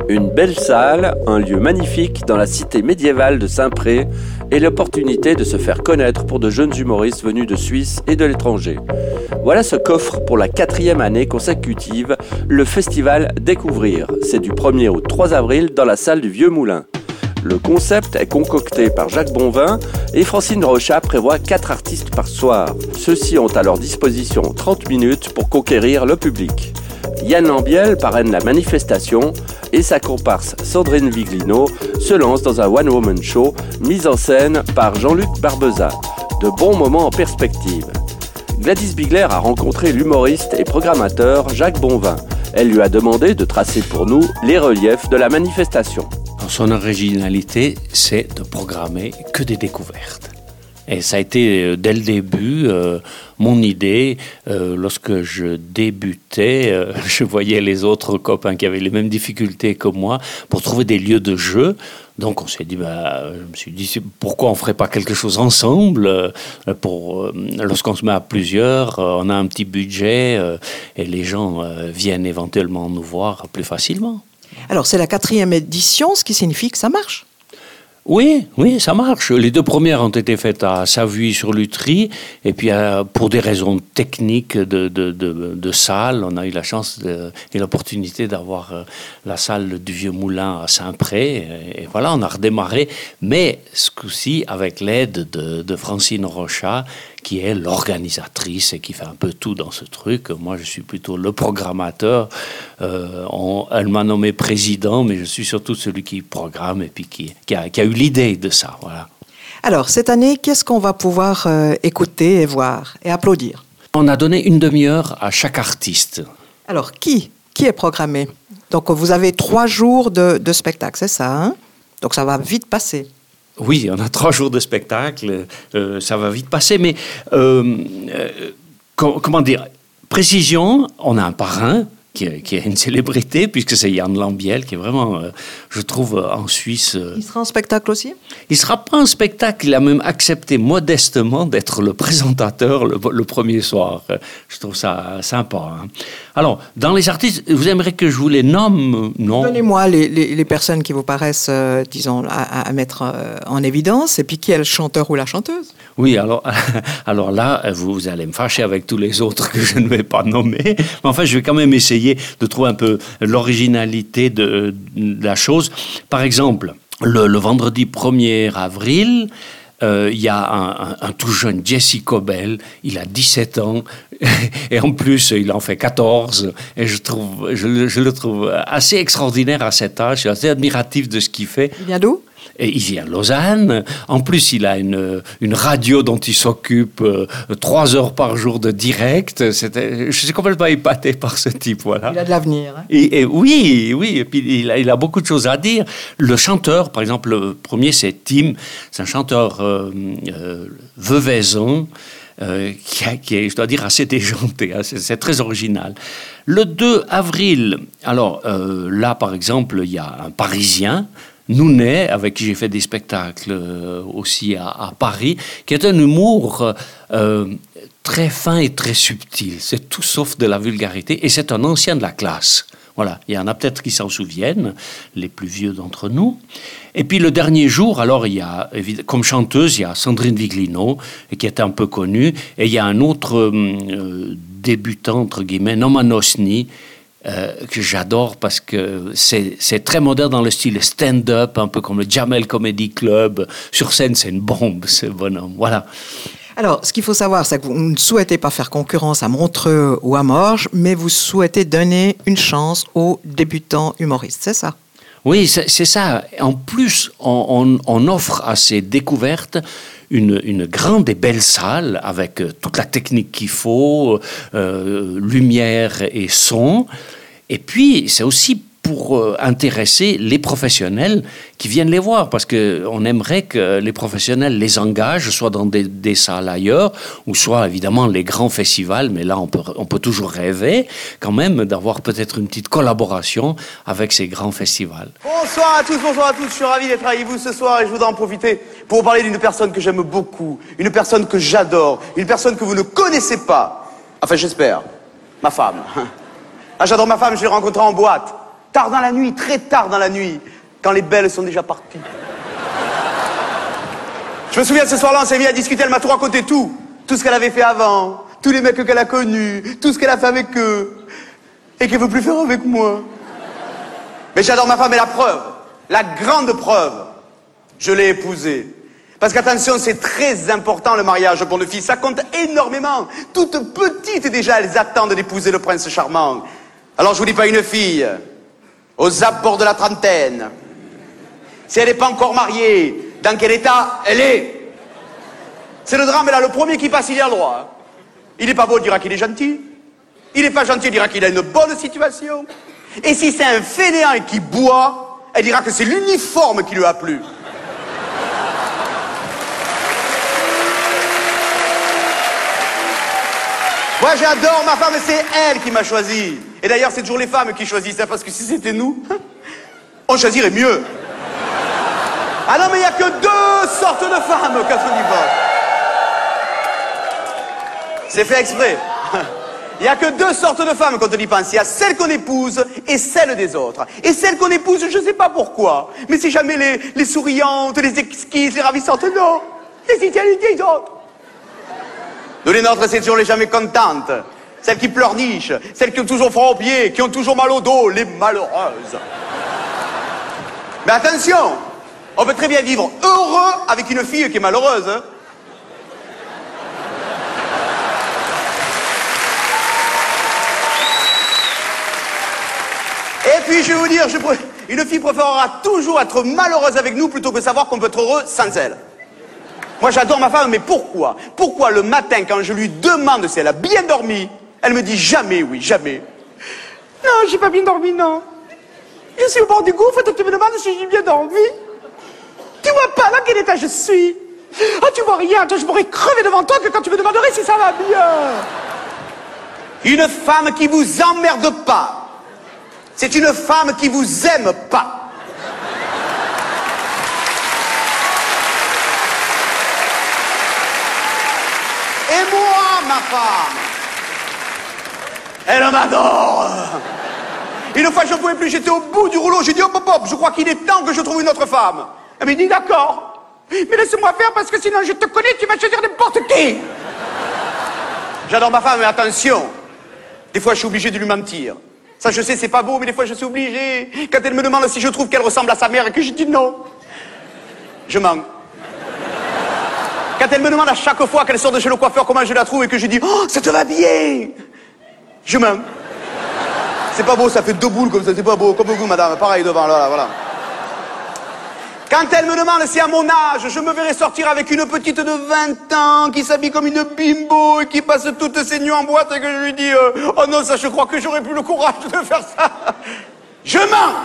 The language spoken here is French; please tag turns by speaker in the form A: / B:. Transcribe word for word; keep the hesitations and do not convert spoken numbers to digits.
A: Une belle salle, un lieu magnifique dans la cité médiévale de Saint-Pré et l'opportunité de se faire connaître pour de jeunes humoristes venus de Suisse et de l'étranger. Voilà ce qu'offre pour la quatrième année consécutive le festival Découvrir. C'est du premier au trois avril dans la salle du Vieux Moulin. Le concept est concocté par Jacques Bonvin et Francine Rochat prévoit quatre artistes par soir. Ceux-ci ont à leur disposition trente minutes pour conquérir le public. Yann Lambiel parraine la manifestation et sa comparse Sandrine Viglino se lance dans un one-woman show mis en scène par Jean-Luc Barbeza. De bons moments en perspective. Gladys Bigler a rencontré l'humoriste et programmateur Jacques Bonvin. Elle lui a demandé de tracer pour nous les reliefs de la manifestation.
B: Son originalité, c'est de programmer que des découvertes. Et ça a été dès le début euh, mon idée. Euh, lorsque je débutais, euh, je voyais les autres copains qui avaient les mêmes difficultés que moi pour trouver des lieux de jeu. Donc on s'est dit, bah, je me suis dit, pourquoi on ne ferait pas quelque chose ensemble euh, pour, euh, lorsqu'on se met à plusieurs, euh, on a un petit budget euh, et les gens euh, viennent éventuellement nous voir plus facilement.
C: Alors c'est la quatrième édition, ce qui signifie que ça marche.
B: Oui, oui, ça marche. Les deux premières ont été faites à Savuy-sur-Lutry, et puis euh, pour des raisons techniques de, de, de, de salle, on a eu la chance de, et l'opportunité d'avoir euh, la salle du Vieux Moulin à Saint-Pré, et, et voilà, on a redémarré, mais ce coup-ci avec l'aide de, de Francine Rochat, qui est l'organisatrice et qui fait un peu tout dans ce truc. Moi, je suis plutôt le programmateur. Euh, on, elle m'a nommé président, mais je suis surtout celui qui programme et puis qui, qui, a, qui a eu l'idée de ça. Voilà.
C: Alors, cette année, qu'est-ce qu'on va pouvoir euh, écouter et voir et applaudir?
B: On a donné une demi-heure à chaque artiste.
C: Alors, qui Qui est programmé? Donc, vous avez trois jours de, de spectacle, c'est ça, hein? Donc, ça va vite passer.
B: Oui, on a trois jours de spectacle, euh, ça va vite passer, mais euh, euh, com- comment dire, précision, on a un parrain qui est, qui est une célébrité, puisque c'est Yann Lambiel, qui est vraiment, euh, je trouve, en Suisse... Euh,
C: il sera en spectacle aussi?
B: Il ne sera pas en spectacle, il a même accepté modestement d'être le présentateur le, le premier soir. Je trouve ça sympa. Hein. Alors, dans les artistes, vous aimeriez que je vous les nomme? Non.
C: Donnez-moi les, les, les personnes qui vous paraissent, euh, disons, à, à mettre euh, en évidence, et puis qui est le chanteur ou la chanteuse?
B: Oui, alors, alors là, vous, vous allez me fâcher avec tous les autres que je ne vais pas nommer, mais enfin, je vais quand même essayer de trouver un peu l'originalité de, de la chose. Par exemple, le, le vendredi premier avril, euh, il y a un, un, un tout jeune Jesse Cobel, il a dix-sept ans, et en plus, il en fait quatorze, et je, trouve, je, je le trouve assez extraordinaire à cet âge, je suis assez admiratif de ce qu'il fait.
C: Il vient d'où?
B: Et il vient de Lausanne. En plus, il a une, une radio dont il s'occupe euh, trois heures par jour de direct. C'était, je suis complètement épaté par ce type. Voilà.
C: Il a de l'avenir. Hein.
B: Et, et oui, oui. Et puis il a, il a beaucoup de choses à dire. Le chanteur, par exemple, le premier, c'est Tim. C'est un chanteur euh, euh, veuvaison. Euh, qui, a, qui est, je dois dire, assez déjanté. Hein, c'est, c'est très original. Le deux avril, alors euh, là, par exemple, il y a un Parisien, Nounet, avec qui j'ai fait des spectacles euh, aussi à, à Paris, qui est un humour euh, très fin et très subtil. C'est tout sauf de la vulgarité, et c'est un ancien de la classe. Voilà, il y en a peut-être qui s'en souviennent, les plus vieux d'entre nous. Et puis le dernier jour, alors il y a, comme chanteuse, il y a Sandrine Viglino, qui est un peu connue, et il y a un autre euh, débutant, entre guillemets, Noman Osni, Euh, que j'adore parce que c'est, c'est très moderne dans le style stand-up, un peu comme le Jamel Comedy Club. Sur scène, c'est une bombe, ce bonhomme. Voilà.
C: Alors, ce qu'il faut savoir, c'est que vous ne souhaitez pas faire concurrence à Montreux ou à Morges, mais vous souhaitez donner une chance aux débutants humoristes, c'est ça?
B: Oui, c'est, c'est ça. En plus, on, on, on offre à ces découvertes Une, une grande et belle salle avec euh, toute la technique qu'il faut, euh, lumière et son. Et puis, c'est aussi pour euh, intéresser les professionnels qui viennent les voir, parce qu'on aimerait que les professionnels les engagent, soit dans des, des salles ailleurs, ou soit évidemment les grands festivals, mais là on peut, on peut toujours rêver quand même d'avoir peut-être une petite collaboration avec ces grands festivals.
D: Bonsoir à tous, bonsoir à toutes, je suis ravi d'être avec vous ce soir et je voudrais en profiter pour vous parler d'une personne que j'aime beaucoup, une personne que j'adore, une personne que vous ne connaissez pas, enfin j'espère, ma femme. Ah, j'adore ma femme, je l'ai rencontrée en boîte. Tard dans la nuit, très tard dans la nuit, quand les belles sont déjà parties. Je me souviens, ce soir-là, on s'est mis à discuter, elle m'a tout raconté tout. Tout ce qu'elle avait fait avant, tous les mecs qu'elle a connus, tout ce qu'elle a fait avec eux, et qu'elle veut plus faire avec moi. Mais j'adore ma femme, et la preuve, la grande preuve, je l'ai épousée. Parce qu'attention, c'est très important le mariage pour une fille, ça compte énormément. Toutes petites déjà, elles attendent d'épouser le prince charmant. Alors je vous dis pas une fille, aux abords de la trentaine, si elle n'est pas encore mariée, dans quel état elle est? C'est le drame, là, le premier qui passe, il a le droit. Hein. Il n'est pas beau, il dira qu'il est gentil. Il n'est pas gentil, il dira qu'il a une bonne situation. Et si c'est un fainéant et qui boit, elle dira que c'est l'uniforme qui lui a plu. Moi j'adore ma femme, c'est elle qui m'a choisi. Et d'ailleurs c'est toujours les femmes qui choisissent ça, parce que si c'était nous, on choisirait mieux. Ah non mais il n'y a que deux sortes de femmes quand on y va. C'est fait exprès. Il n'y a que deux sortes de femmes quand on y pense. Il y a celle qu'on épouse et celle des autres. Et celle qu'on épouse, je ne sais pas pourquoi, mais c'est jamais les, les souriantes, les exquises, les ravissantes, non. Les idéalités des autres. Nous, les nôtres, c'est toujours les jamais contentes. Celles qui pleurnichent, celles qui ont toujours froid aux pieds, qui ont toujours mal au dos, les malheureuses. Mais attention, on peut très bien vivre heureux avec une fille qui est malheureuse. Hein. Et puis, je vais vous dire, je pr... une fille préférera toujours être malheureuse avec nous plutôt que savoir qu'on peut être heureux sans elle. Moi, j'adore ma femme, mais pourquoi? Pourquoi le matin, quand je lui demande si elle a bien dormi, elle me dit jamais oui, jamais. Non, j'ai pas bien dormi, non. Je suis au bord du gouffre et tu me demandes si j'ai bien dormi. Tu vois pas dans quel état je suis? Ah, tu vois rien, je pourrais crever devant toi que quand tu me demanderais si ça va bien. Une femme qui vous emmerde pas, c'est une femme qui vous aime pas. Et moi, ma femme, elle m'adore. Une fois, je ne pouvais plus, j'étais au bout du rouleau, j'ai dit, hop, hop, hop, je crois qu'il est temps que je trouve une autre femme. Elle m'a dit, d'accord, mais laisse-moi faire parce que sinon je te connais, tu vas choisir n'importe qui. J'adore ma femme, mais attention, des fois je suis obligé de lui mentir. Ça, je sais, c'est pas beau, mais des fois je suis obligé. Quand elle me demande si je trouve qu'elle ressemble à sa mère et que je dis non, je mens. Quand elle me demande à chaque fois qu'elle sort de chez le coiffeur comment je la trouve et que je dis « Oh, ça te va bien !» Je mens. C'est pas beau, ça fait deux boules comme ça, c'est pas beau. Comme vous, madame, pareil devant, là, là, voilà. Quand elle me demande si à mon âge, je me verrais sortir avec une petite de vingt ans qui s'habille comme une bimbo et qui passe toutes ses nuits en boîte et que je lui dis euh, « Oh non, ça, je crois que j'aurais plus le courage de faire ça. » Je mens.